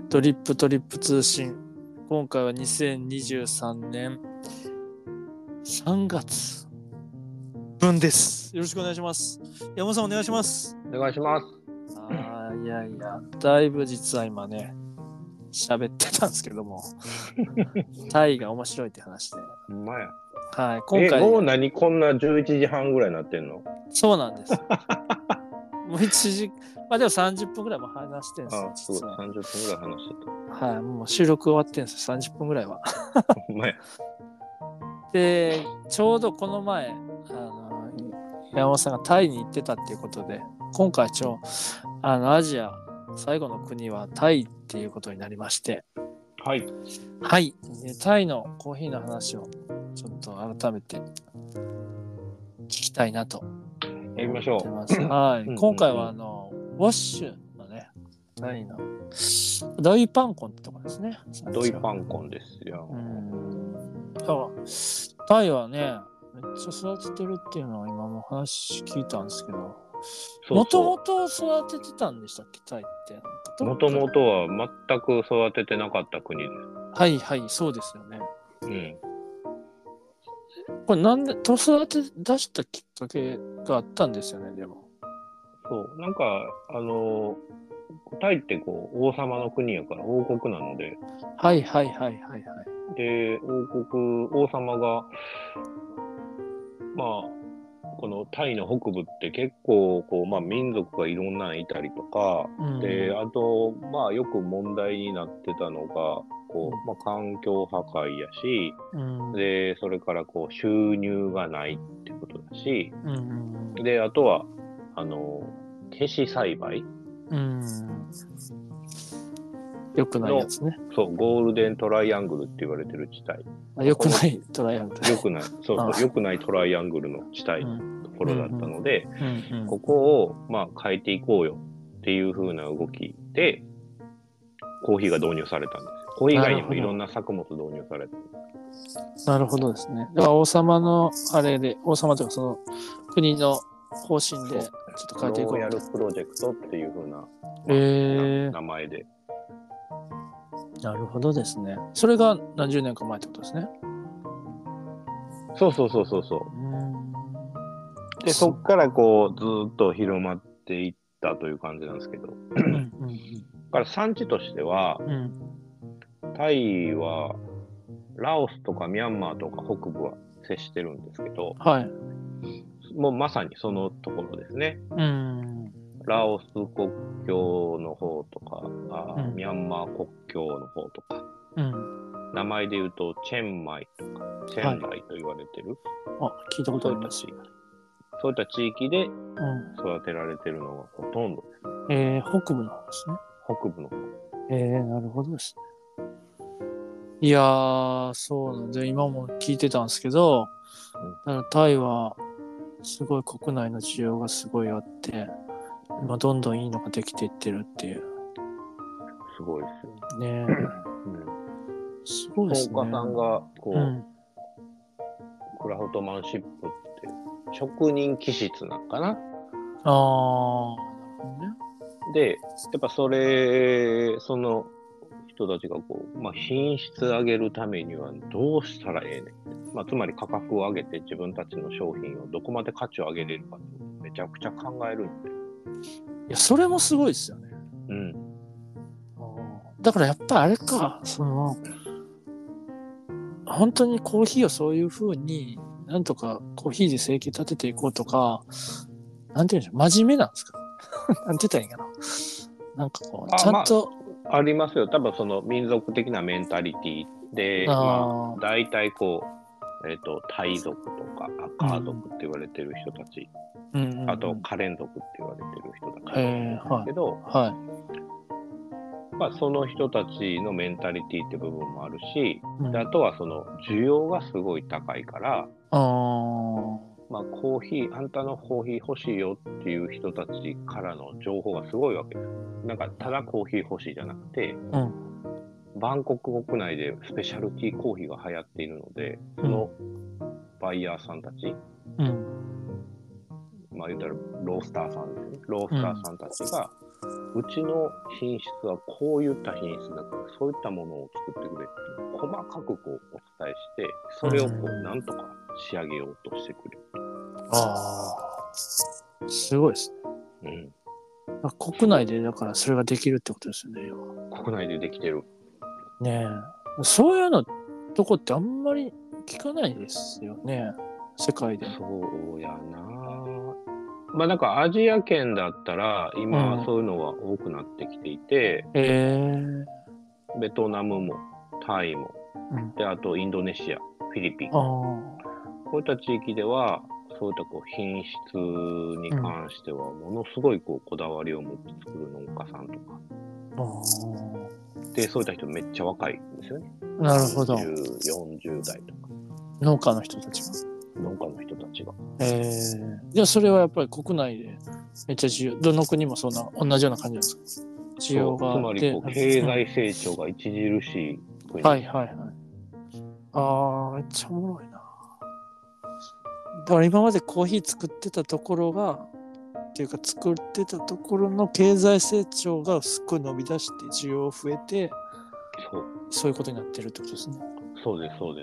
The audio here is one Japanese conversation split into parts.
ドリップトリップ通信。今回は2023年3月分です。よろしくお願いします。山本さんお願いします。 お願いします。 いや、だいぶ実は今ね、喋ってたんですけども、タイが面白いって話で。 ほんまや。 はい、今回。 もう何こんな11時半ぐらいになってんの？ そうなんですよ。もう1時、まあでも30分ぐらいも話してるんですよ。 そう、30分ぐらい話してた。はい、もう収録終わってるんですよ、30分ぐらいは。 ほんまや。 で、ちょうどこの前、山本さんがタイに行ってたっていうことで、今回アジア最後の国はタイっていうことになりまして、 はい。 はい。タイのコーヒーの話をちょっと改めて聞きたいなとやりましょう。 はい。今回はウォッシュのね、タイのドイパンコンってとこですね。 ドイパンコンですよ。 タイはね、めっちゃ育ててるっていうのは今も話聞いたんですけど、もともと育ててたんでしたっけ、タイって。 もともとは全く育ててなかった国です。 はいはい、そうですよね。 うん。 これなんで育て出したきっかけがあったんですよね、でも。 そう、なんかタイってこう王様の国やから王国なので。 はいはい。 で、王様がまあこのタイの北部って結構こう、民族がいろんなのいたりとか、で、あとよく問題になってたのがこう、環境破壊やし、でそれからこう収入がないってことだし、であとはケシ栽培よくないやつね。 そう、ゴールデントライアングルって言われてる地帯。 よくないトライアングル。 よくない、そうよくないトライアングルの地帯のところだったので、ここを変えていこうよっていう風な動きでコーヒーが導入されたんですよ。コーヒー以外にもいろんな作物導入されたんです。 なるほどですね。だから王様のあれで、王様というかその国の方針でちょっと変えていこうローヤルプロジェクトっていう風な、名前で。 なるほどですね。それが何十年か前ってことですね。 そう。で、そっからこうずっと広まっていったという感じなんですけど。だから産地としては、タイはラオスとかミャンマーとか北部は接してるんですけど、もうまさにそのところですね。ラオス国境の方とか、ミャンマー国境の方とか、名前で言うとチェンマイとかチェンライと言われてる、 聞いたことあります。 そういった地域で育てられてるのがほとんどですね。北部の方ですね。 北部の方。 なるほどですね。いやー、そうなんで今も聞いてたんですけど、だからタイはすごい国内の需要がすごいあって、今どんどんいいのができていってるっていう。 すごいですよね。すごいですね。 福岡さんがこう、クラフトマンシップって職人気質なんかな。 なるほどね。 で、やっぱその人たちがこう、品質上げるためにはどうしたらええねん。つまり価格を上げて自分たちの商品をどこまで価値を上げれるかってめちゃくちゃ考えるんで。 いや、それもすごいですよね。だからやっぱりあれか、本当にコーヒーをそういう風になんとかコーヒーで生計立てていこうとか、なんていうんでしょう、真面目なんですかなんて言ったらいいかな。なんかこう、ちゃんと。 ありますよ。多分その民族的なメンタリティで、大体こう、タイ族とかアカー族って言われてる人たち、あとカレン族って言われてる人たちなんですけど、その人たちのメンタリティって部分もあるし、あとはその需要がすごい高いから、コーヒー、あんたのコーヒー欲しいよっていう人たちからの情報がすごいわけです。なんかただコーヒー欲しいじゃなくて、バンコク国内でスペシャルティーコーヒーが流行っているので、そのバイヤーさんたち、 言ったらロースターさんですね。ロースターさんたちが、うちの品質はこういった品質だから、そういったものを作ってくれっていうのを細かくこうお伝えして、それをこうなんとか仕上げようとしてくれる。 ああ、すごいですね。国内でだからそれができるってことですよね。 国内でできてる。 ねえ。そういうのとこってあんまり聞かないですよね。世界で。 そうやな。まあなんかアジア圏だったら今そういうのは多くなってきていて、ベトナムもタイも、であとインドネシア、フィリピン、こういった地域ではそういったこう品質に関してはものすごいこうこだわりを持って作る農家さんとか、でそういった人めっちゃ若いんですよね。 なるほど。 40代とか。 農家の人たちが。じゃあそれはやっぱり国内でめっちゃ需要、どの国もそんな同じような感じなんですか？需要があって。 つまりこう経済成長が著しい国。 はいはいはい。ああ、めっちゃおもろいな。だから今までコーヒー作ってたところが、っていうか作ってたところの経済成長がすっごい伸び出して需要増えて、そういうことになってるってことですね。 そうですそうです。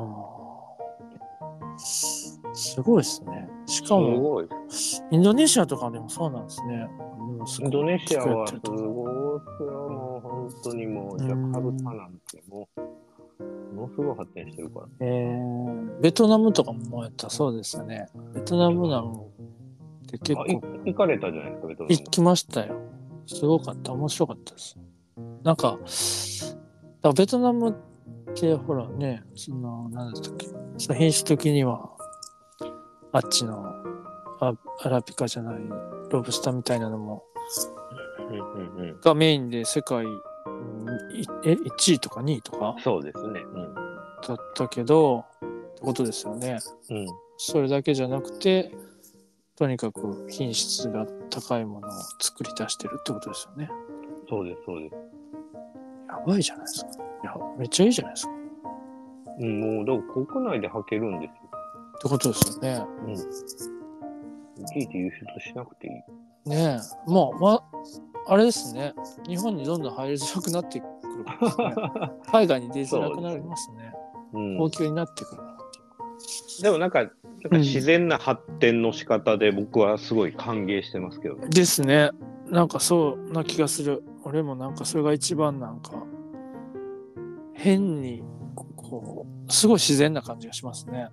すごいですね。しかもインドネシアとかでもそうなんですね。 インドネシアはすごいですよ。もう本当にもうジャカルタなんてものすごい発展してるから。 ベトナムとかもやったそうですよね。ベトナムなんて結構行かれたじゃないですか、ベトナム。 行きましたよ。すごかった。面白かったです。なんかベトナムってほらね、何だったっけ、その品種的にはあっちのアラピカじゃないロブスターみたいなのもがメインで世界1位とか2位とかそうですね、 だったけどってことですよね。それだけじゃなくてとにかく品質が高いものを作り出してるってことですよね。 そうですそうです。 やばいじゃないですか。いやめっちゃいいじゃないですか。 もうだから国内で履けるんですよ。 ってことですよね。 いちいち輸出しなくていい。 ねえ、もうあれですね。日本にどんどん入りづらくなってくるかもしれない。海外に出づらくなりますね。高級になってくるな。 でもなんか自然な発展の仕方で僕はすごい歓迎してますけどね。 ですね。なんかそうな気がする。俺もなんかそれが一番なんか変にこうすごい自然な感じがしますね。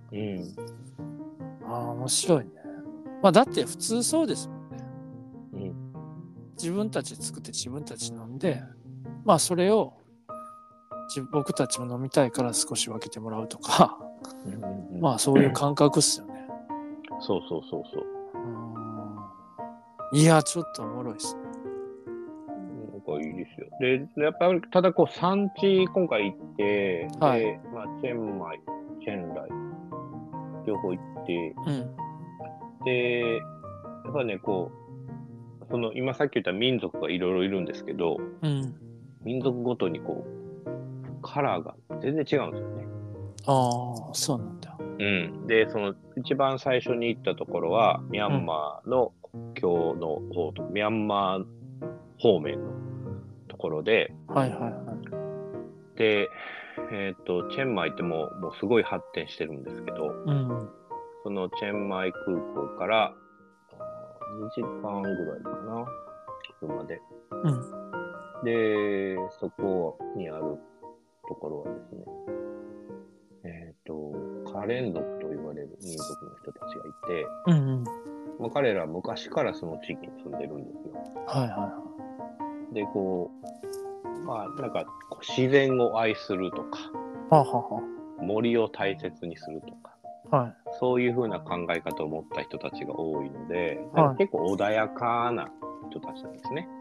面白いね。だって普通そうですもんね。自分たちで作って自分たち飲んで、それを僕たちも飲みたいから少し分けてもらうとか、そういう感覚っすよね。 そう。 いやちょっとおもろいっすね。 なんかいいですよ。でやっぱりただこう産地今回行って、でチェンマイ、チェンライ両方行って、でやっぱねこうその今さっき言った民族がいろいろいるんですけど、民族ごとにこうカラーが全然違うんですよね。 そうなんだ。 でその一番最初に行ったところはミャンマーの国境の方と、ミャンマー方面のところで、でチェンマイってもうすごい発展してるんですけど、そのチェンマイ空港から2時間ぐらいかな、車で。で、そこにあるところはですね、カレン族と言われる民族の人たちがいて、彼らは昔からその地域に住んでるんですよ。で、こう、なんか自然を愛するとか、森を大切にするとか、そういう風な考え方を持った人たちが多いので、結構穏やかな人たちなんですね。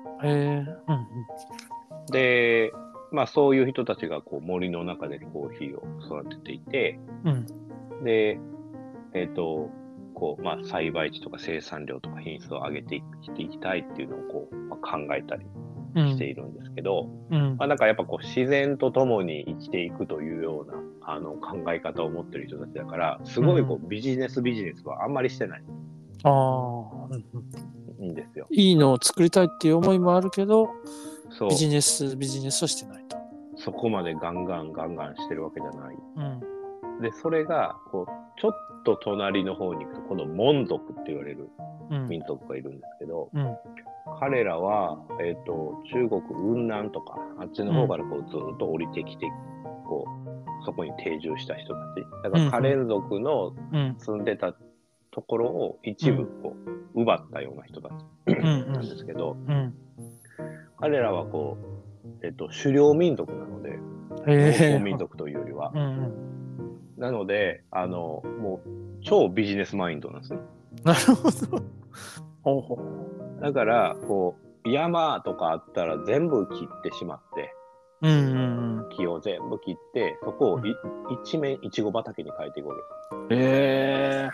で、そういう人たちがこう森の中でコーヒーを育てていて、で、こう栽培地とか生産量とか品質を上げていきたいっていうのをこう、考えたりしているんですけど、なんかやっぱこう自然と共に生きていくというような考え方を持ってる人たちだから、すごいこうビジネスはあんまりしてない。 いいんですよ。 いいのを作りたいっていう思いもあるけど、 そう。 ビジネスはしてないと。 そこまでガンガンしてるわけじゃない。 うん。 で、それが、ちょっと隣の方に行くと、このモン族って言われる民族がいるんですけど、彼らは、中国雲南とか、あっちの方からずっと降りてきて、そこに定住した人たち。だから、カレン族の住んでたところを一部奪ったような人たちなんですけど、彼らは狩猟民族なので、農耕民族というよりは。なので、もう、超ビジネスマインドなんですね。 なるほど。ほうほう。だから、山とかあったら全部切ってしまって、木を全部切って、そこを一面いちご畑に変えていくわけです。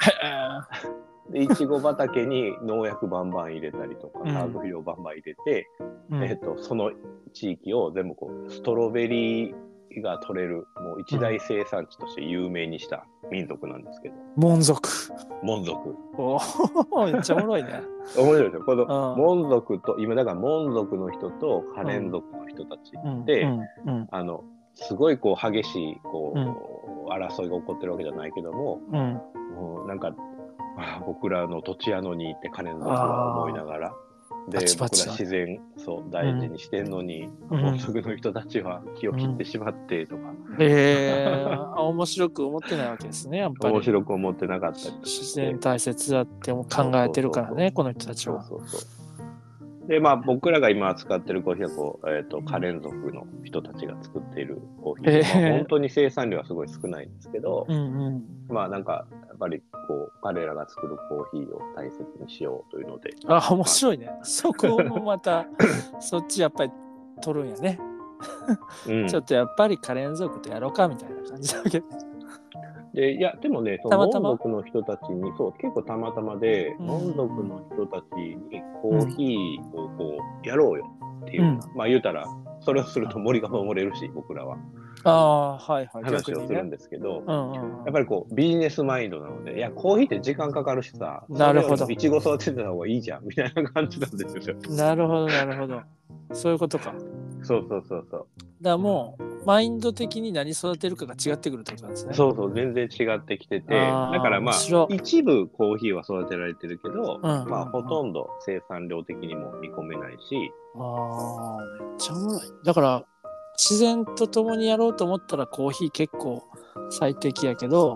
で、いちご畑に農薬バンバン入れたりとか、化学肥料バンバン入れて、その地域を全部ストロベリーが取れる、もう一大生産地として有名にした民族なんですけど。 モン族。おお、めっちゃおもろいね。 面白いですよ。このモン族と、今だからモン族の人とカレン族の人たちで、すごい激しい争いが起こってるわけじゃないけども、もうなんか、僕らの土地やのにってカレン族は思いながら、で、僕ら自然大事にしてんのに、モン族の人たちは木を切ってしまってとか。 面白く思ってないわけですね、やっぱり。 面白く思ってなかったり。 自然大切だっても考えてるからね、この人たちは。 で、僕らが今扱ってるコーヒーはカレン族の人たちが作っているコーヒー、本当に生産量はすごい少ないんですけど、なんかやっぱり彼らが作るコーヒーを大切にしようというので。 面白いね。そこもまたそっちやっぱり取るんやね。ちょっとやっぱりカレン族とやろうかみたいな感じだけど。 で、いや、でもね、モン族の人たちに、結構たまたまで、モン族の人たちにコーヒーをやろうよっていう、言うたら、それをすると森が守れるし、僕らは。話をするんですけど、やっぱりビジネスマインドなので、いや、コーヒーって時間かかるしさ、 なるほど。 いちご育てた方がいいじゃん、みたいな感じなんですよ。 なるほど。そういうことか。 そう。 だからもう、マインド的に何育てるかが違ってくるってことなんですね。 全然違ってきてて、だから一部コーヒーは育てられてるけど、ほとんど生産量的にも見込めないし。 めっちゃおもろい。だから、自然と共にやろうと思ったらコーヒー結構最適やけど、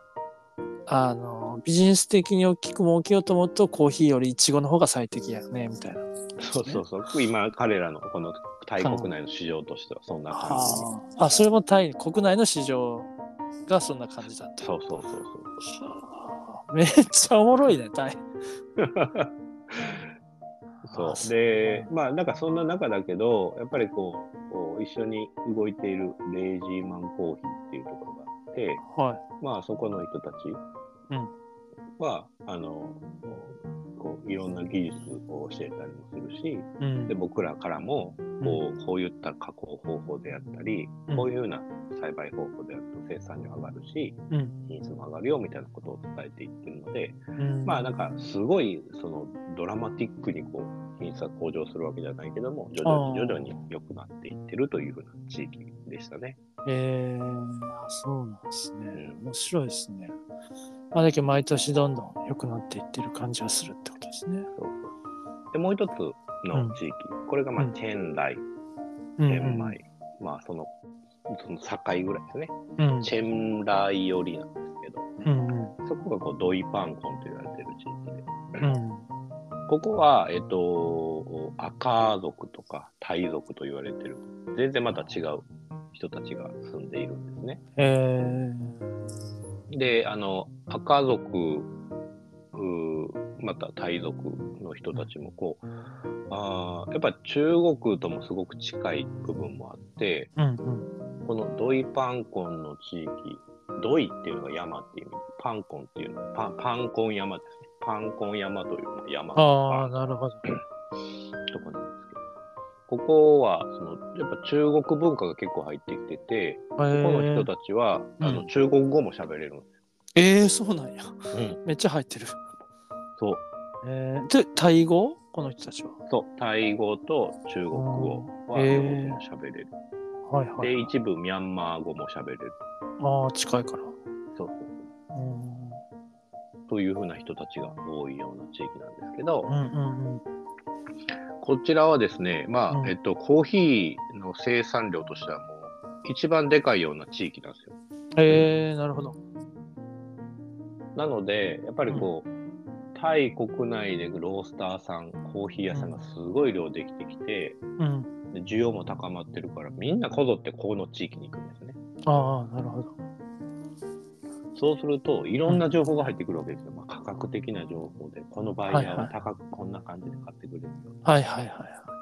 ビジネス的に大きく儲けようと思うとコーヒーよりイチゴの方が最適やね、みたいな。 そう。今、彼らのこのタイ国内の市場としてはそんな感じ。 それもタイ国内の市場がそんな感じだった。 そう。 めっちゃおもろいね、タイ。 で、なんかそんな中だけど、やっぱり一緒に動いているレイジーマンコーヒーっていうところがあって、そこの人たちは、いろんな技術を教えたりもするし、で僕らからもこういった加工方法であったり、こういうような栽培方法であると生産量上がるし、品質も上がるよみたいなことを伝えていってるので、なんかすごいドラマティックに品質が向上するわけじゃないけども、徐々に良くなっていってるというふうな地域でしたね。 そうなんですね。面白いですね。だけど毎年どんどん良くなっていってる感じがするってことですね。 で、もう一つの地域、これがチェンライ、チェンマイ、その境ぐらいですね。チェンライ寄りなんですけど、そこがドイパンコンと言われている地域で、ここは、アカー族とかタイ族と言われている、全然また違う人たちが住んでいるんですね。で、アカ族、またタイ族の人たちもやっぱり中国ともすごく近い部分もあって、このドイパンコンの地域、ドイっていうのが山っていう意味で、パンコンっていうのはパンコン山ですね。パンコン山という山なるほど。 とこなんですけど、ここはやっぱ中国文化が結構入ってきてて、ここの人たちは中国語も喋れるんですよ。 そうなんや。めっちゃ入ってる。 そう。 で、タイ語この人たちは。 そう、タイ語と中国語は両方とも喋れる。 はいはい、はい。 で、一部ミャンマー語も喋れる。 ああ、近いから。 そうそうそう。というふうな人たちが多いような地域なんですけど、こちらはですね、まあ、コーヒーの生産量としてはもう一番でかいような地域なんですよ。 なるほど。 なので、やっぱりこう、タイ国内でロースターさん、コーヒー屋さんがすごい量できてきて、で需要も高まってるから、みんなこぞってこの地域に行くんですね。 ああ、なるほど。 そうすると、いろんな情報が入ってくるわけですよ。まあ、価格的な情報で、このバイヤーは高くこんな感じで買ってくれるよ。 はいはいはい。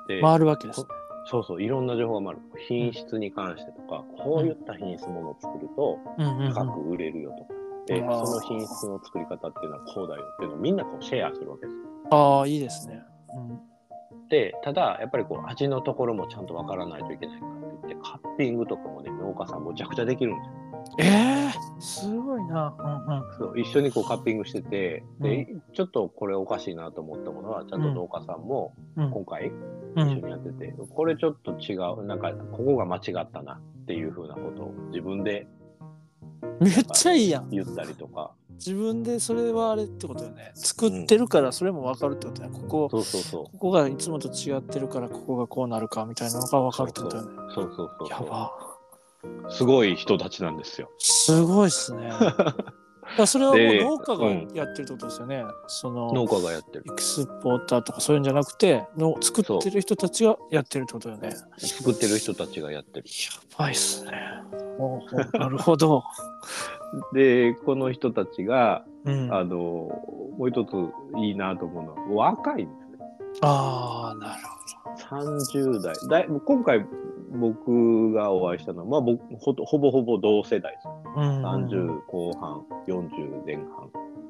で、回るわけです。 そうそう、いろんな情報が回る。品質に関してとか、こういった品質ものを作ると高く売れるよとか。で、その品質の作り方っていうのはこうだよっていうのをみんなこうシェアするわけです。 ああ、いいですね。 で、ただ、やっぱりこう味のところもちゃんとわからないといけないからって言って、カッピングとかもね、農家さんむちゃくちゃできるんですよ。 すごいな。 そう一緒にこうカッピングしてて、で、ちょっとこれおかしいなと思ったものは、ちゃんと農家さんも今回一緒にやってて、これちょっと違う、なんかここが間違ったなっていうふうなことを自分でめっちゃいいやん。 言ったりとか。 自分でそれはあれってことよね。作ってるからそれも分かるってことね。ここがいつもと違ってるからここがこうなるかみたいなのが分かるってことよね。 そう。 やば。 すごい人たちなんですよ。 すごいっすね。それはもう農家がやってるってことですよね。 農家がやってる。 エクスポーターとかそういうんじゃなくて作ってる人たちがやってるってことよね。 作ってる人たちがやってる。 やばいっすね。なるほど。 で、この人たちが、もう一ついいなと思うのは、若いんですね。 ああ、なるほど。30代。今回僕がお会いしたのは、まあ、ほぼほぼ同世代ですよ。30後半、40前半。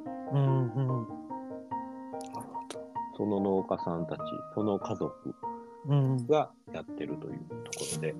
その農家さんたち、その家族がやってるというところで。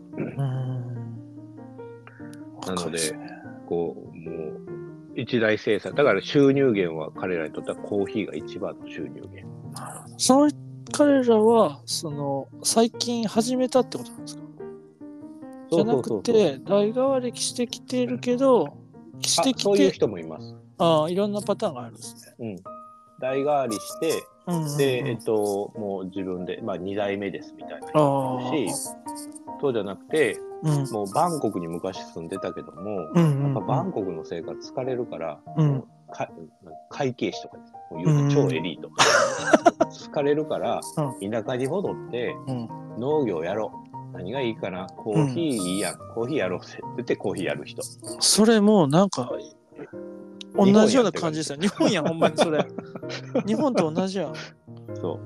なので、こう、もう、一大生産。だから収入源は彼らにとってはコーヒーが一番の収入源。 その彼らは、最近始めたってことなんですか？じゃなくて、代替わりしてきているけど、 そういう人もいます。 いろんなパターンがあるんですね。 代替わりして、で、もう自分で、まあ2代目ですみたいな人もいるし、そうじゃなくて、もうバンコクに昔住んでたけども、やっぱバンコクの生活疲れるから、会計士とかです。もう言うと超エリート。疲れるから、田舎に戻って、農業やろう。何がいいかな、コーヒーいいやん、コーヒーやろうって言ってコーヒーやる人。 それもなんか、同じような感じですよ。日本やん、ほんまにそれ。日本と同じやん。 そう。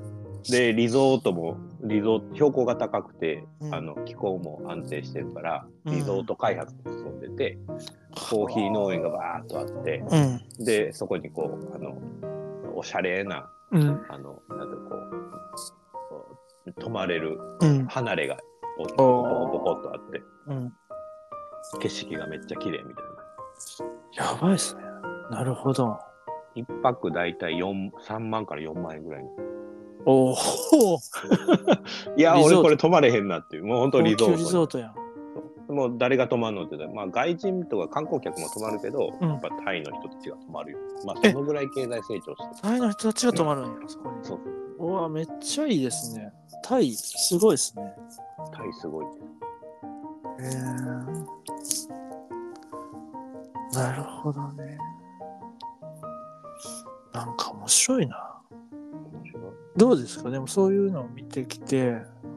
で、リゾートも、標高が高くて、気候も安定してるから、リゾート開発も進んでて、コーヒー農園がバーッとあって、で、そこにこう、おしゃれな、なんてこう、泊まれる離れがポコッとあって、景色がめっちゃ綺麗みたいな。やばいっすね。なるほど。 一泊だいたい3万から4万円ぐらい。 おお。 いや、俺これ泊まれへんなっていう。もう本当リゾート。 リゾートやん。 もう誰が泊まるのって言ったら、まあ外人とか観光客も泊まるけど、やっぱタイの人たちが泊まるよ。まあそのぐらい経済成長してる。 タイの人たちが泊まるんや、そこに。そう。うわ、めっちゃいいですね。タイ、すごいですね。 タイすごい。 なるほどね。なんか面白いな。どうですか？でもそういうのを見てきて、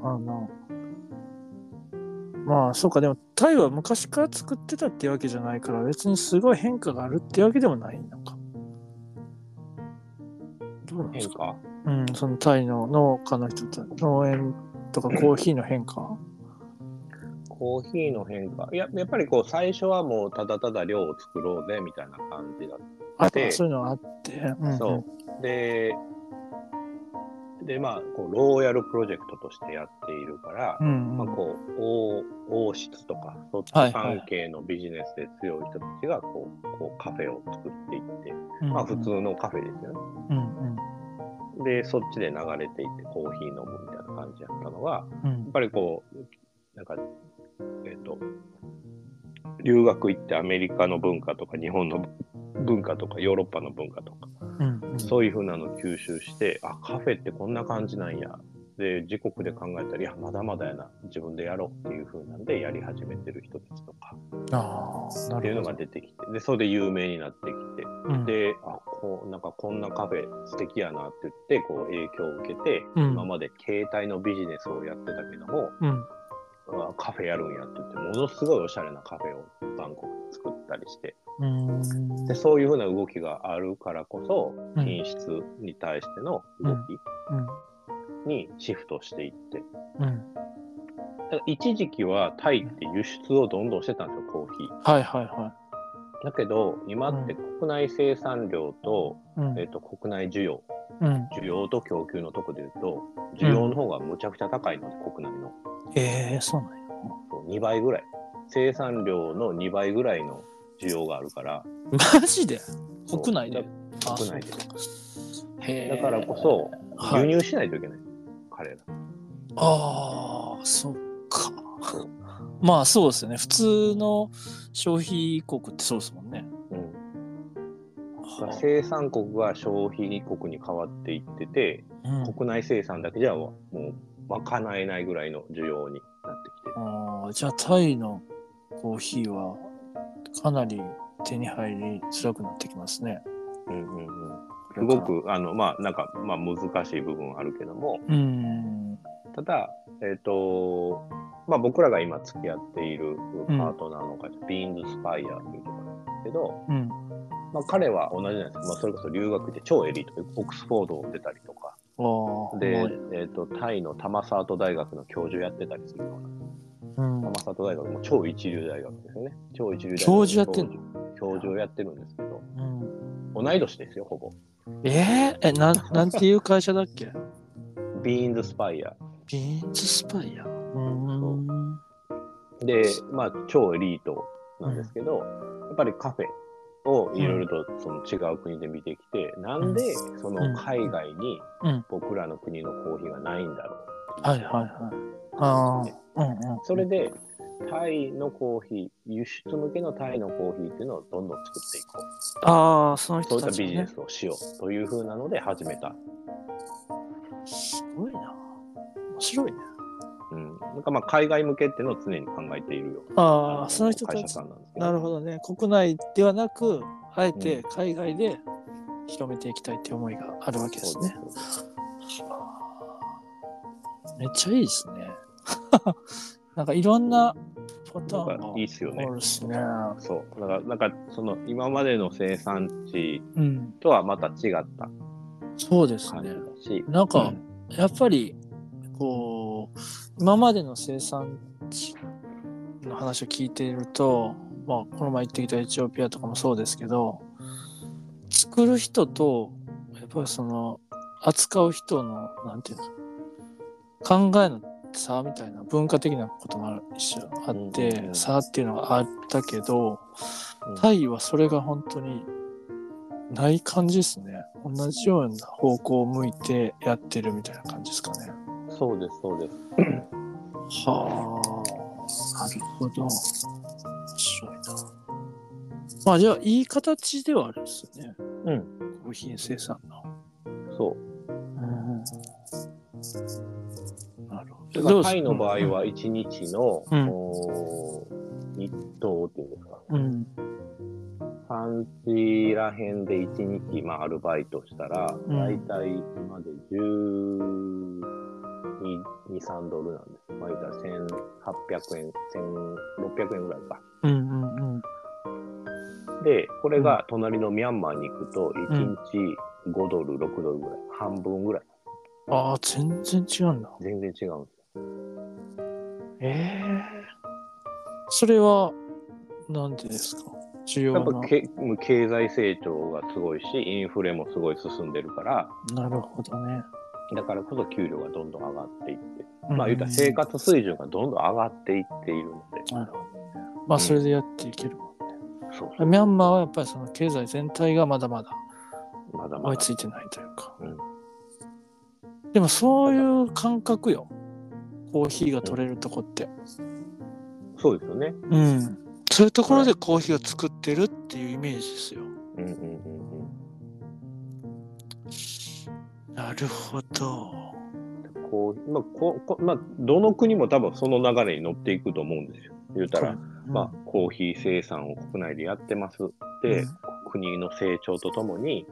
まあそうか、でもタイは昔から作ってたっていうわけじゃないから、別にすごい変化があるっていうわけでもないのか。どうなんですか？そのタイの農家の人と農園とかコーヒーの変化。 コーヒーの変化。やっぱりこう最初はもうただただ量を作ろうぜみたいな感じだって。 そういうのがあって。 そう。で、まあ、こうローヤルプロジェクトとしてやっているから、まあ、こう王室とかそっち関係のビジネスで強い人たちがこうカフェを作っていって、まあ普通のカフェですよね。 で、そっちで流れていってコーヒー飲むみたいな感じやったのが、やっぱりこう、なんか、留学行ってアメリカの文化とか日本の文化とかヨーロッパの文化とか、そういう風なのを吸収して、あ、カフェってこんな感じなんや。で、自国で考えたら、いや、まだまだやな、自分でやろうっていう風なんでやり始めてる人たちとか、っていうのが出てきて、で、それで有名になってきて、で、なんかこんなカフェ素敵やなって言って、こう影響を受けて、今まで携帯のビジネスをやってたけども、カフェやるんやって言って、ものすごいおしゃれなカフェをバンコクで作ったりして、でそういうふうな動きがあるからこそ、品質に対しての動きにシフトしていって、だから一時期はタイって輸出をどんどんしてたんですよ、コーヒー。だけど、今って国内生産量と、国内需要、需要と供給のとこで言うと、需要の方がむちゃくちゃ高いので、国内の。 そうなんや。 2倍ぐらい。生産量の2倍ぐらいの需要があるから。 マジで？国内で？ 国内で。だからこそ、輸入しないといけない。彼ら。 そっか。まあそうですよね。普通の消費国ってそうですもんね。 生産国が消費国に変わっていってて、国内生産だけじゃもう賄えないぐらいの需要になってきて。 じゃあタイのコーヒーはかなり手に入りづらくなってきますね。 すごく難しい部分はあるけども、ただ僕らが今付き合っているパートナーの会社、ビーンズスパイアというところなんですけど、彼は同じなんです。それこそ留学で超エリート、オックスフォードを出たりとか、で、タイのタマサート大学の教授やってたりするような、タマサート大学も超一流大学ですよね。超一流大学教授やってんの？ 教授をやってるんですけど、同い年ですよ、ほぼ。 なんていう会社だっけ？ ビーンズスパイア。 ビーンズスパイア。 で、超エリートなんですけど、やっぱりカフェをいろいろとその違う国で見てきて、なんでその海外に僕らの国のコーヒーがないんだろう。それでタイのコーヒー、輸出向けのタイのコーヒーっていうのをどんどん作っていこう。 その人たち、 そういったビジネスをしようという風なので始めた。 すごいな。面白いね。 なんか海外向けっていうのを常に考えているようなその人たち。なるほどね。国内ではなく、あえて海外で広めていきたいっていう思いがあるわけですね。めっちゃいいですね。なんかいろんなパターンがいいっすよね。そう。だからなんかその今までの生産地とはまた違ったそうですね。なんかやっぱりこう今までの生産地の話を聞いていると、この前行ってきたエチオピアとかもそうですけど、作る人とやっぱりその扱う人のなんていうの考えの差みたいな文化的なことも一緒あって、差っていうのがあったけど、タイはそれが本当にない感じですね。同じような方向を向いてやってるみたいな感じですかね。 そうです、そうです。 はあ、なるほど。面白いな。じゃあいい形ではあるんですよね。コーヒー生産の。 そう。なるほど。タイの場合は1日の、日当っていうんですか。3時らへんで1日、アルバイトしたら、だいたい今で12、3ドルなんです。言ったら1800円、1600円ぐらいか。で、これが隣のミャンマーに行くと、1日5ドル、6ドルぐらい。半分ぐらい。 全然違うんだ。 全然違うんですよ。 それは、なんでですか？ やっぱ経済成長がすごいし、インフレもすごい進んでるから。 なるほどね。 だからこそ給料がどんどん上がっていって、言ったら生活水準がどんどん上がっていっているので。 なるほどね。それでやっていけるもんね。そうミャンマーはやっぱりその経済全体がまだまだ追いついてないというか。 でもそういう感覚よ。コーヒーが取れるとこって。 そうですよね。 うん。そういうところでコーヒーを作ってるっていうイメージですよ。 うんうんうんうん。なるほど。 どの国も多分その流れに乗っていくと思うんですよ。言うたら、コーヒー生産を国内でやってますって、国の成長とともに、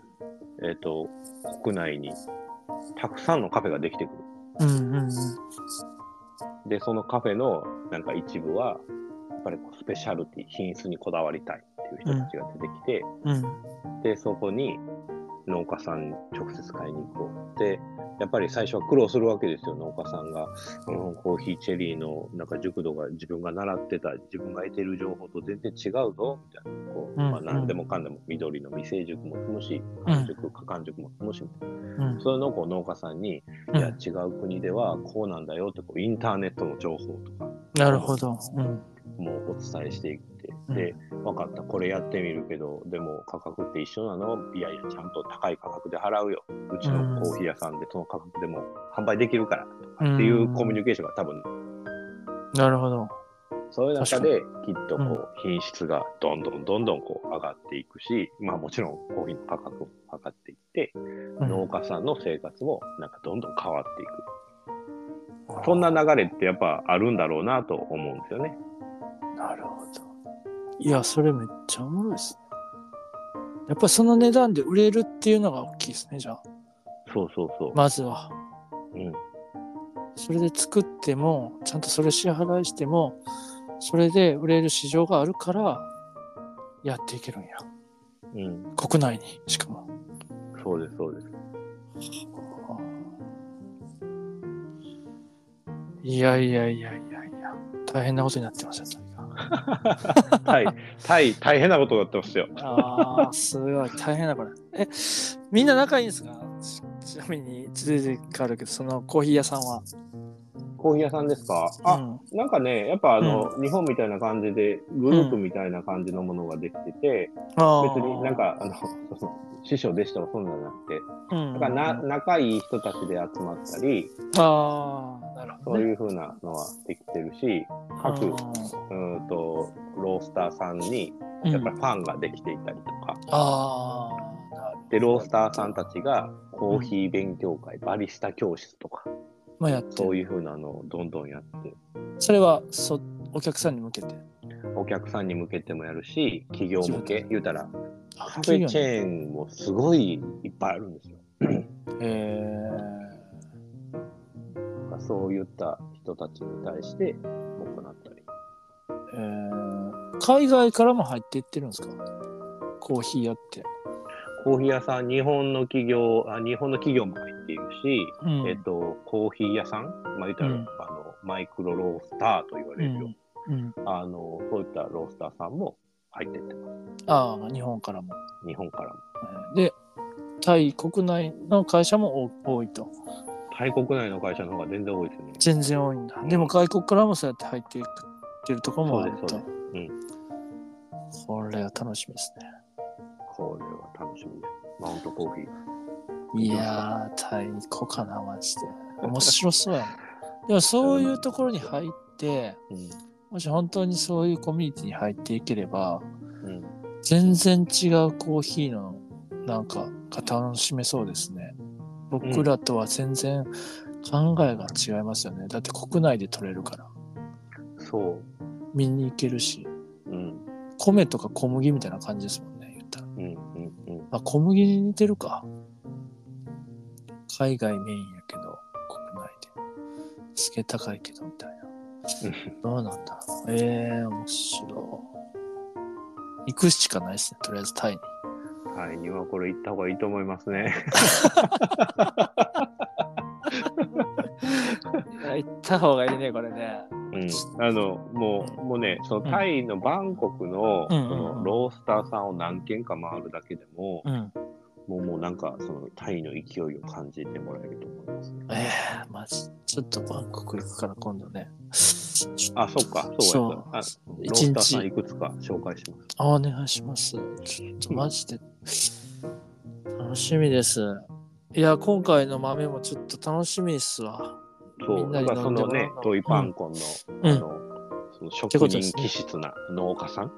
国内にたくさんのカフェができてくる。で、そのカフェのなんか一部は、やっぱりスペシャルティ、品質にこだわりたいっていう人たちが出てきて、で、そこに農家さんに直接買いに行こう。で、やっぱり最初は苦労するわけですよ、農家さんが。コーヒーチェリーのなんか熟度が自分が習ってた、自分が得てる情報と全然違うぞ、みたいな。何でもかんでも緑の未成熟も積むし、完熟、過完熟も積むし、そういうのを農家さんに、いや、違う国ではこうなんだよってインターネットの情報とか。 なるほど。 もうお伝えしていって、で、分かった、これやってみるけど、でも価格って一緒なの？いやいや、ちゃんと高い価格で払うよ。うちのコーヒー屋さんでその価格でも販売できるからとかっていうコミュニケーションが多分。 なるほど。 そういう中できっと品質がどんどん上がっていくし、もちろんコーヒーの価格も上がっていって、農家さんの生活もなんかどんどん変わっていく。そんな流れってやっぱあるんだろうなと思うんですよね。 なるほど。いや、それめっちゃおもろいですね。やっぱりその値段で売れるっていうのが大きいですね、じゃあ。 そう。 まずは。それで作っても、ちゃんとそれ支払いしても、それで売れる市場があるから、やっていけるんや。国内に、しかも。 そうです。 いや。大変なことになってますよ、 大変なことになってますよ。 すごい、大変なこれ。みんな仲いいんですか？ちなみに、続いて変わるけど、そのコーヒー屋さんは。 コーヒー屋さんですか？なんかね、やっぱ日本みたいな感じで、グループみたいな感じのものができてて、別になんか、師匠弟子とかそんなのなくて、だから仲いい人たちで集まったり、 なるほどね、 そういう風なのはできてるし、各ロースターさんにやっぱりファンができていたりとか、でロースターさんたちがコーヒー勉強会、バリスタ教室とか、そういう風なのをどんどんやって、 それはお客さんに向けてもやるし、企業向け、言うたらカフェチェーンもすごいいっぱいあるんですよ。そういった人たちに対して行ったり。 海外からも入っていってるんですか？コーヒー屋って。 コーヒー屋さん、日本の企業も入っているし、コーヒー屋さん、言ったら、マイクロロースターと言われるよ。そういったロースターさんも入ってってます。 日本からも。 で、 タイ国内の会社も多いと。 タイ国内の会社の方が全然多いですね。 全然多いんだ。でも外国からもそうやって入っていってるところもあると。これは楽しみですね。 これは楽しみです。マウントコーヒー。いやー、タイ行こうかな、マジで。面白そうやもん。でもそういうところに入って、もし本当にそういうコミュニティに入っていければ、全然違うコーヒーのなんかが楽しめそうですね。僕らとは全然考えが違いますよね。だって国内で取れるから。 そう。 見に行けるし。米とか小麦みたいな感じですもんね、言ったら。小麦に似てるか。海外メインやけど、国内で。すげえ高いけど、みたいな。どうなんだろう。面白い。行くしかないですね、とりあえずタイに。 タイにはこれ行った方がいいと思いますね。 行った方がいいね、これね。 もうね、そのタイのバンコクのそのロースターさんを何軒か回るだけでも、もうなんかそのタイの勢いを感じてもらえると思いますね。 マジ。ちょっとバンコク行くから今度ね。 そっか、そうやった。ロースターさんいくつか紹介します。 お願いします。ちょっとマジで楽しみです。 いや、今回の豆もちょっと楽しみですわ。 そう、だからそのね、トイパンコンの、その職人気質な農家さん。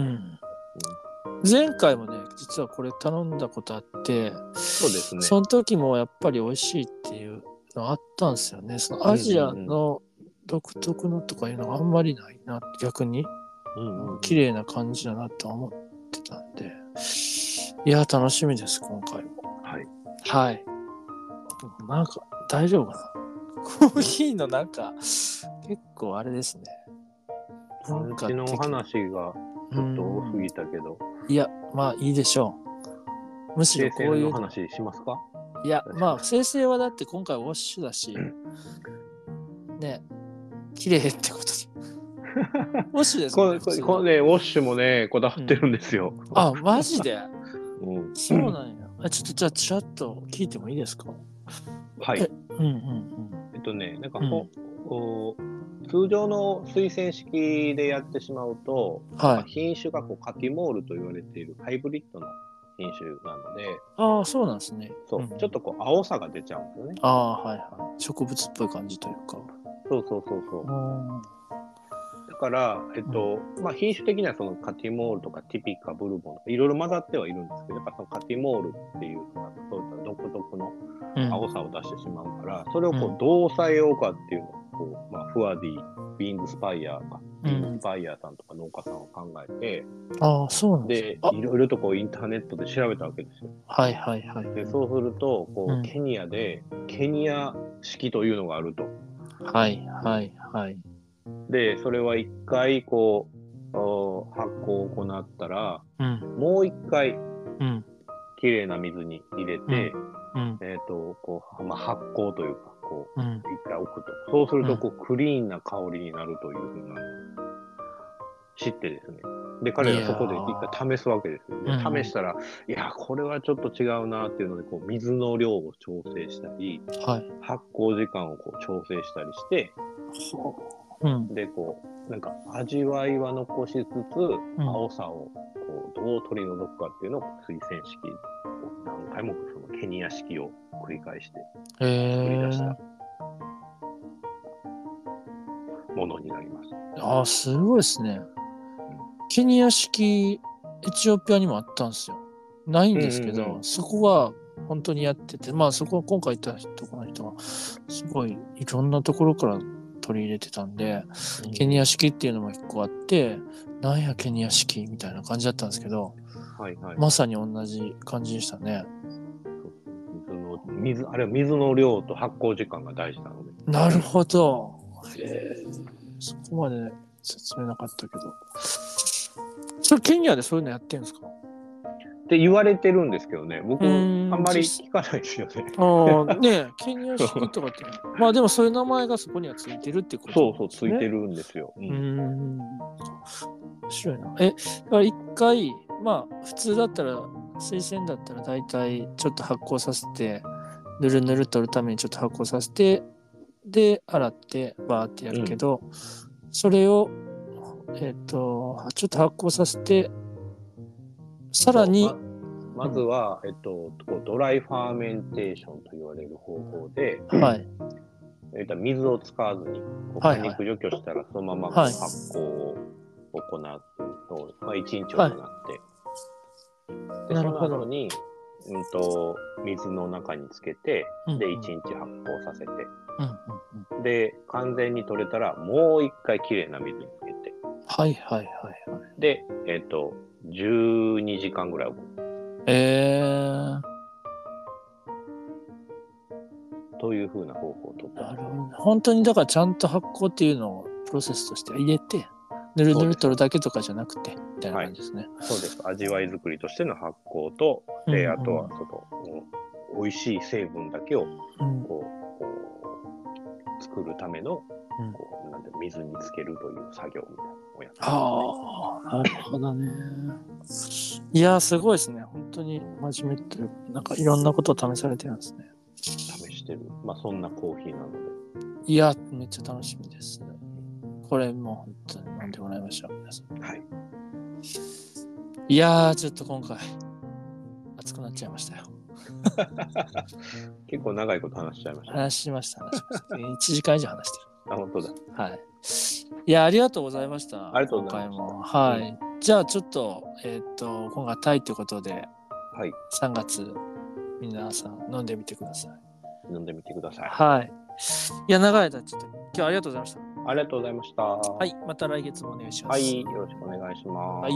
前回もね、実はこれ頼んだことあって、 そうですね。 その時もやっぱり美味しいっていうのあったんですよね。そのアジアの独特のとかいうのがあんまりないな、逆に。綺麗な感じだなと思ってたんで。いや、楽しみです、今回も。 はい。 はい。なんか、大丈夫かなコーヒーのなんか、結構あれですね。 産地の話がちょっと多すぎたけど。 いや、まあいいでしょう。むしろこういう。 話しますか？ いや、まあ生成はだって今回ウォッシュだし、ね、綺麗ってことで。ウォッシュですもんね。 これね、ウォッシュもね、こだわってるんですよ。 あ、マジでそうなんや。ちょっとじゃあちらっと聞いてもいいですか？ はい。なんか通常の推薦式でやってしまうと、品種がカティモールと言われているハイブリッドの品種なので、 ああ、そうなんですね。 そう、ちょっと青さが出ちゃうんですよね。 ああ、はいはい。植物っぽい感じというか。 そうそう。だから、品種的にはそのカティモールとかティピカ、ブルボンとかいろいろ混ざってはいるんですけど、やっぱそのカティモールっていうのがそういった独特の青さを出してしまうから、それをどう抑えようかっていうのをフワディ、ビーンズスパイアーか、ビーンズスパイアーさんとか農家さんを考えて、 そうなんですで、いろいろとインターネットで調べたわけですよ。 はいはいはい。 で、そうすると、ケニアで、ケニア式というのがあると。 はいはいはい。 で、それは一回発酵を行ったら、もう一回、きれいな水に入れて、発酵というか、一回置くと。そうすると、クリーンな香りになるというふうな知ってですね。で、彼らそこで一回試すわけですよ。で、試したら、いや、これはちょっと違うなっていうので、水の量を調整したり、発酵時間を調整したりして、で、なんか味わいは残しつつ、青さをどう取り除くかっていうのを推薦式を何回もそのケニア式を繰り返して作り出したものになります。 すごいですね。ケニア式エチオピアにもあったんですよ。ないんですけど、そこは本当にやってて、まあそこは今回行ったところの人はすごいいろんなところから取り入れてたんで、ケニア式っていうのも一個あって、なんやケニア式みたいな感じだったんですけど、まさに同じ感じでしたね。 あれは水の量と発酵時間が大事なので。 なるほど。そこまで説明なかったけど。それケニアでそういうのやってるんですか？ って言われてるんですけどね、僕あんまり聞かないですよね。 ケニア式とかって、まあでもそういう名前がそこにはついてるってことなんですね。そう、ついてるんですよ。 面白いな。だから一回、まあ普通だったら、水洗だったら大体ちょっと発酵させて、ぬるぬる取るためにちょっと発酵させて、で、洗って、バーってやるけど、それを、ちょっと発酵させて、さらに、 まずは、ドライファーメンテーションと言われる方法で、水を使わずに果肉除去したらそのまま発酵を行うのを、1日行って、でその後に、水の中につけて、で1日発酵させて、で完全に取れたらもう一回きれいな水につけて、で12時間ぐらい置く。というふうな方法をとって。 なるほど。本当にだからちゃんと発酵っていうのをプロセスとして入れて、ぬるぬる取るだけとかじゃなくて、みたいな感じですね。 そうです。味わい作りとしての発酵と、で、あとは美味しい成分だけを作るための、水につけるという作業みたいなのをやってますね。 なるほどね。いや、すごいですね。本当に真面目っていう、なんかいろんなことを試されてるんですね。 試してる。そんなコーヒーなので。 いや、めっちゃ楽しみです。これも本当に飲んでもらいましょう、皆さん。 はい。 いやー、ちょっと今回、熱くなっちゃいましたよ。 結構長いこと話しちゃいました。 話しました。1時間以上話してる。あ、本当だ。 はい。いや、ありがとうございました。 ありがとうございました。 今回も。はい。じゃあちょっと、今回タイということで、 はい。 3月、皆さん飲んでみてください。 飲んでみてください。 はい。いや、長い間、ちょっと今日はありがとうございました。 ありがとうございました。 はい。また来月もお願いします。 はい。よろしくお願いします。 はい。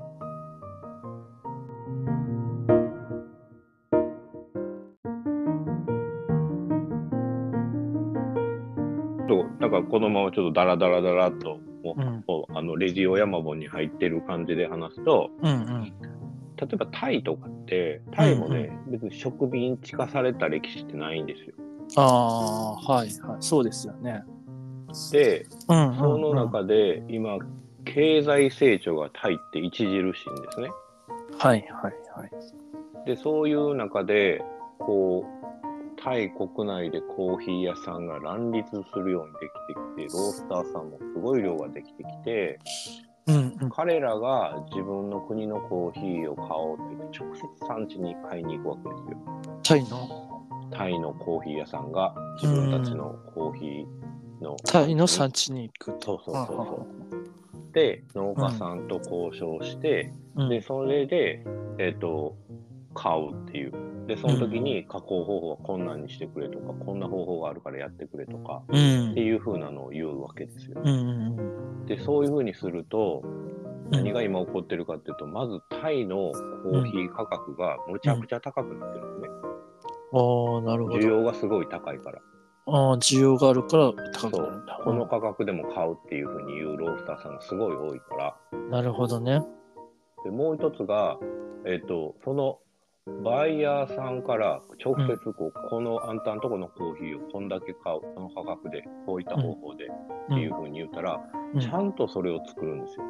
だからこのままちょっとダラダラダラっともう、レジオ山本に入ってる感じで話すと、例えばタイとかってタイもね、別に植民地化された歴史ってないんですよ。 ああ、はいはい、そうですよね。 で、その中で今経済成長がタイって著しいんですね。 はいはいはい。 で、そういう中でこうタイ国内でコーヒー屋さんが乱立するようにできてきて、ロースターさんもすごい量ができてきて、彼らが自分の国のコーヒーを買おうって言って直接産地に買いに行くわけですよ。タイのコーヒー屋さんが自分たちのコーヒーのタイの産地に行く。 そうで、農家さんと交渉して、でそれで買うっていう。で、その時に加工方法はこんなんにしてくれとか、こんな方法があるからやってくれとか、っていう風なのを言うわけですよ。で、そういう風にすると、何が今起こってるかっていうと、まずタイのコーヒー価格がむちゃくちゃ高くなってるんですね。 なるほど。 需要がすごい高いから。 需要があるから高くなるんだ。 この価格でも買うっていう風に言うロースターさんがすごい多いから。 なるほどね。 で、もう一つが、そのバイヤーさんから直接このあんたんとこのコーヒーをこんだけ買う、この価格で、こういった方法でっていう風に言ったら、ちゃんとそれを作るんですよ。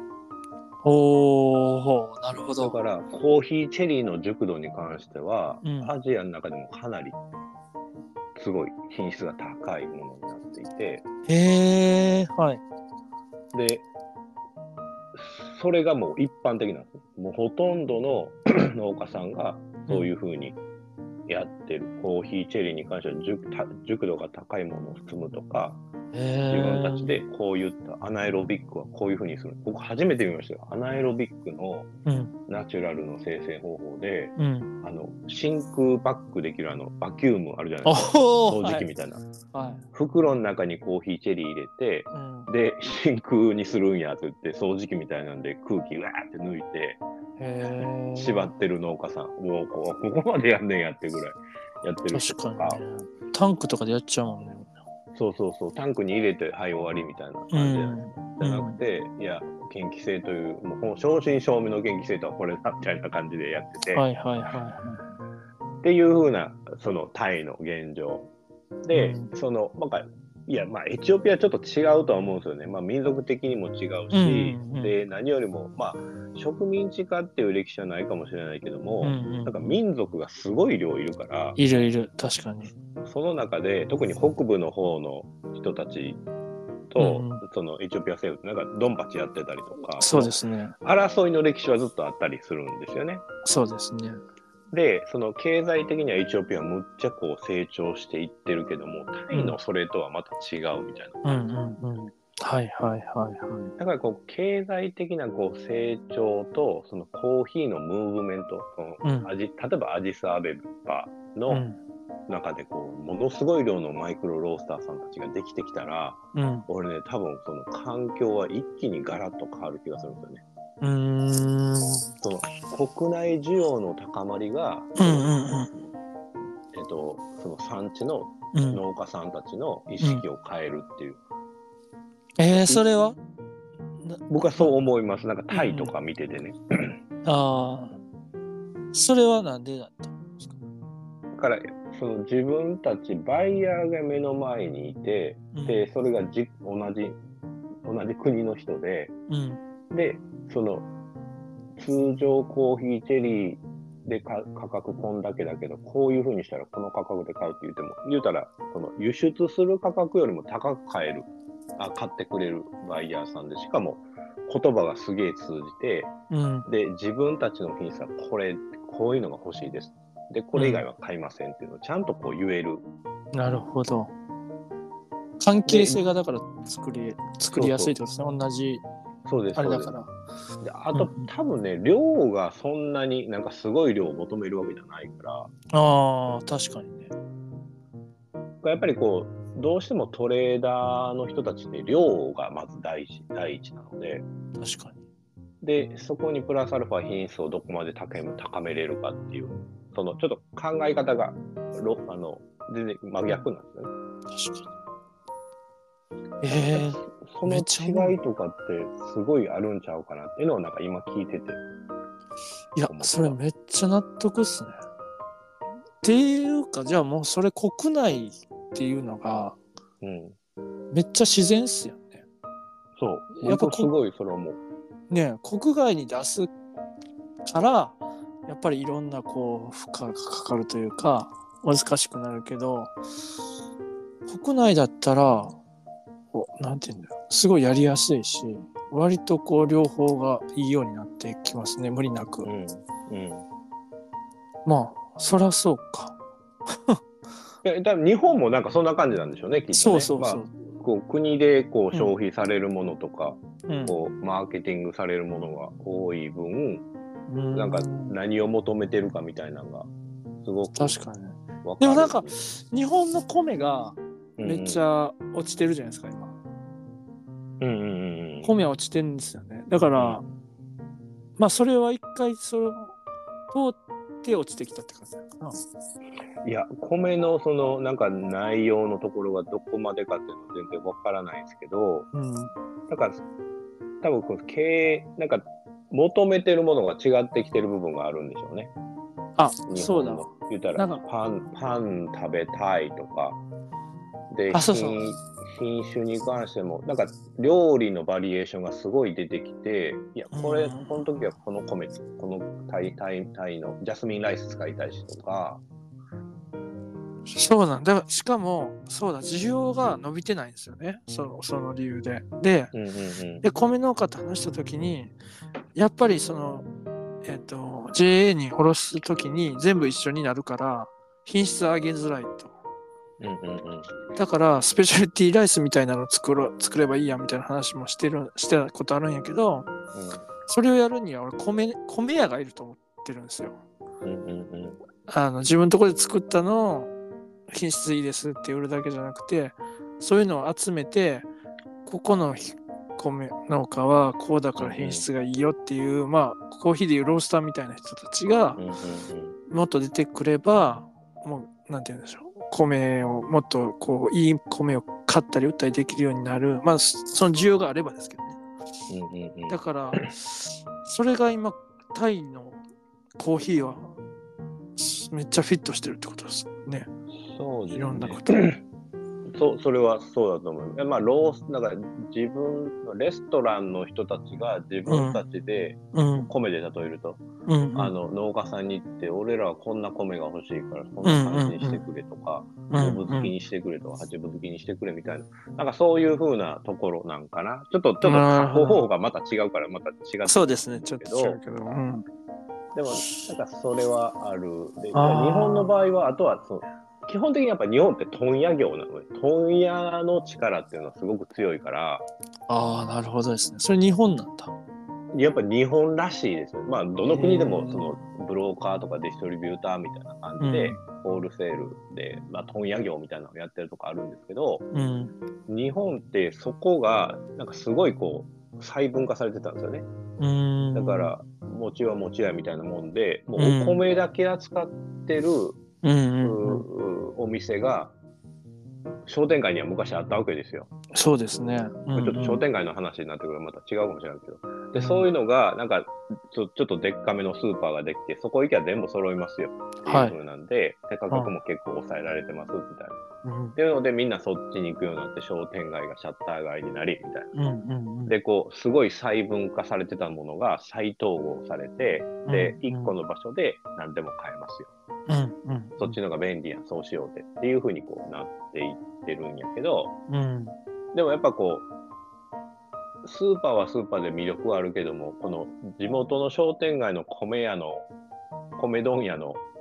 なるほど。 だからコーヒーチェリーの熟度に関しては、アジアの中でもかなりすごい品質が高いものになっていて、 はい。 で、それがもう一般的なんですね。もうほとんどの農家さんがそういう風にやってる。コーヒーチェリーに関しては熟度が高いものを摘むとか、自分たちでこういったアナエロビックはこういう風にする。僕初めて見ましたよ。アナエロビックのナチュラルの生成方法で、真空パックできるバキュームあるじゃないですか。掃除機みたいな。袋の中にコーヒーチェリー入れて、で、真空にするんやと言って、掃除機みたいなんで空気わーって抜いて、縛ってる農家さん、もうここまでやんねんやってぐらいやってる人とか。 タンクとかでやっちゃうもんね。 そうタンクに入れてはい終わりみたいな感じじゃなくて、いや元気性というもう正真正銘の元気性とはこれだみたいな感じでやってて、っていう風なそのタイの現状で、エチオピアはちょっと違うとは思うんですよね。民族的にも違うし、で何よりも植民地化っていう歴史はないかもしれないけども、なんか民族がすごい量いるから、 いる確かに。 その中で特に北部の方の人たちと、そのエチオピア政府ってなんかドンパチやってたりとか、 そうですね。 争いの歴史はずっとあったりするんですよね。 そうですね。 で、その経済的にはエチオピアはむっちゃこう成長していってるけども、タイのそれとはまた違うみたいな。だからこう経済的なこう成長とそのコーヒーのムーブメント、例えばアジスアベバの中でこうものすごい量のマイクロロースターさんたちができてきたら、俺ね多分その環境は一気にガラッと変わる気がするんですよね。その国内需要の高まりが、その産地の農家さんたちの意識を変えるっていう。 それは僕はそう思います。なんかタイとか見ててね。 それはなんでだったんですか？ だからその自分たちバイヤーが目の前にいて、でそれが同じ国の人で、でその通常コーヒーチェリーで価格こんだけだけど、こういう風にしたらこの価格で買うって言うたらその輸出する価格よりも高く買ってくれるバイヤーさんで、しかも言葉がすげえ通じて、で自分たちの品質はこういうのが欲しいです。 で、これ以外は買いませんっていうのをちゃんとこう言える。 なるほど。関係性がだから作りやすいってことですね。同じそうですあれだから。 であと、多分ね、量がそんなになんかすごい量を求めるわけじゃないから。 ああ、確かにね。 やっぱりこうどうしてもトレーダーの人たちって量がまず第一なので。 確かに。 で、そこにプラスアルファ品質をどこまで高めれるかっていう、そのちょっと考え方が全然真逆なんですよね。 確かに。その違いとかってすごいあるんちゃうかなっていうのをなんか今聞いてて。 いや、それめっちゃ納得っすね。っていうか、じゃあもうそれ国内っていうのが、めっちゃ自然っすよね。 そう。やっぱすごいそれ思う。 ね、国外に出すからやっぱりいろんなこう負荷がかかるというか難しくなるけど、国内だったらなんていうんだよ、すごいやりやすいし、割とこう両方がいいようになってきますね、無理なく。まあそりゃそうか。 多分日本もなんかそんな感じなんでしょうね、きっとね。 そう。 こう国でこう消費されるものとか、こうマーケティングされるものが多い分、なんか何を求めてるかみたいなのがすごく確かに。でもなんか日本の米がめっちゃ落ちてるじゃないですか今。米は落ちてるんですよね。だから、まあそれは一回通って落ちてきたって感じかな。 いや、米のそのなんか内容のところがどこまでかっていうのは全然わからないですけど、だから多分この経営なんか求めてるものが違ってきてる部分があるんでしょうね。 そうだ。 言ったらパン食べたいとかで、品種に関してもなんか料理のバリエーションがすごい出てきて、いやこの時はこの米このタイのジャスミンライス使いたいしとか。 そうなんだ。しかもそうだ、需要が伸びてないんですよね。その理由で。で、米農家と話した時にやっぱりそのJA に卸す時に全部一緒になるから品質上げづらいと。だからスペシャリティライスみたいなのを作ればいいやみたいな話もしてたことあるんやけど、それをやるには俺米屋がいると思ってるんですよ。自分のところで作ったのを品質いいですって売るだけじゃなくて、そういうのを集めてここの米農家はこうだから品質がいいよっていう、まあコーヒーでいうロースターみたいな人たちがもっと出てくれば、もうなんて言うんでしょう、米をもっとこういい米を買ったり売ったりできるようになる、まあその需要があればですけどね。だからそれが今タイのコーヒーはめっちゃフィットしてるってことですね。 そうですね。 いろんなこと。 それはそうだと思う。まあなんか自分のレストランの人たちが自分たちで米で例えると、農家さんに行って俺らはこんな米が欲しいからこんな感じにしてくれとか、5分付きにしてくれとか8分付きにしてくれみたいな、なんかそういう風なところなんかな。ちょっと加工方法がまた違うからまた違う。 そうですね、ちょっと違うけど。でもなんかそれはある。で日本の場合はあとは基本的にやっぱ日本って問屋業なので、問屋の力っていうのはすごく強いから。 なるほどですね。それ日本なんだ。 やっぱ日本らしいですね。まあどの国でもそのブローカーとかディストリビューターみたいな感じで、ホールセールで、まあ、問屋業みたいなのをやってるとこあるんですけど、日本ってそこがなんかすごいこう細分化されてたんですよね。だから餅は餅屋みたいなもんで、もうお米だけ扱ってるお店が商店街には昔あったわけですよ。 そうですね。 ちょっと商店街の話になってくるとまた違うかもしれないけど、でそういうのがなんかちょっとでっかめのスーパーができて、そこ行きゃ全部揃いますよっていう風なんで、価格も結構抑えられてますみたいな。っていうのでみんなそっちに行くようになって商店街がシャッター街になりみたいな。でこうすごい細分化されてたものが再統合されて、で1個の場所で何でも買えますよ。そっちの方が便利や、そうしようっていう風にこうなっていってるんやけど、でもやっぱこうスーパーはスーパーで魅力はあるけども、この地元の商店街の米問屋の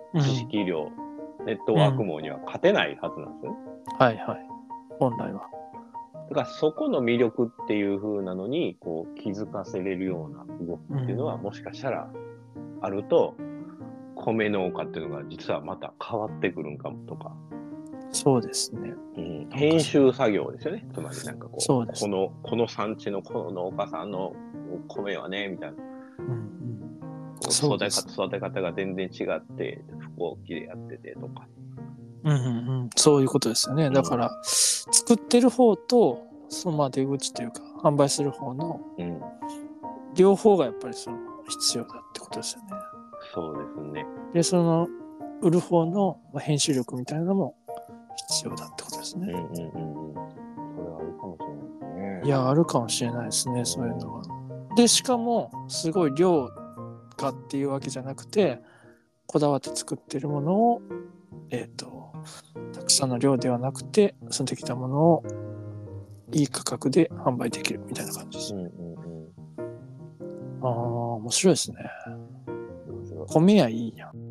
知識量、ネットワーク網には勝てないはずなんですよね。 はいはい。本来は。 だからそこの魅力っていう風なのにこう気づかせれるような動きっていうのは、もしかしたらあると、米農家っていうのが実はまた変わってくるんかもとか。 そうですね。 編集作業ですよね。つまりなんかこう、 そうです。 この産地のこの農家さんの米はねみたいな。育て方が全然違って不幸期でやっててとか。 そういうことですよね。だから、作ってる方とその出口というか販売する方の両方がやっぱりその必要だってことですよね。 そうですね。 でその売る方の編集力みたいなのも必要だってことですね。 それはあるかもしれないですね。 いや、あるかもしれないですね、そういうのは。でしかもすごい量がっていうわけじゃなくて、こだわって作ってるものをたくさんの量ではなくて、そのできたものをいい価格で販売できるみたいな感じです。ああ、面白いですね。米屋いいやん。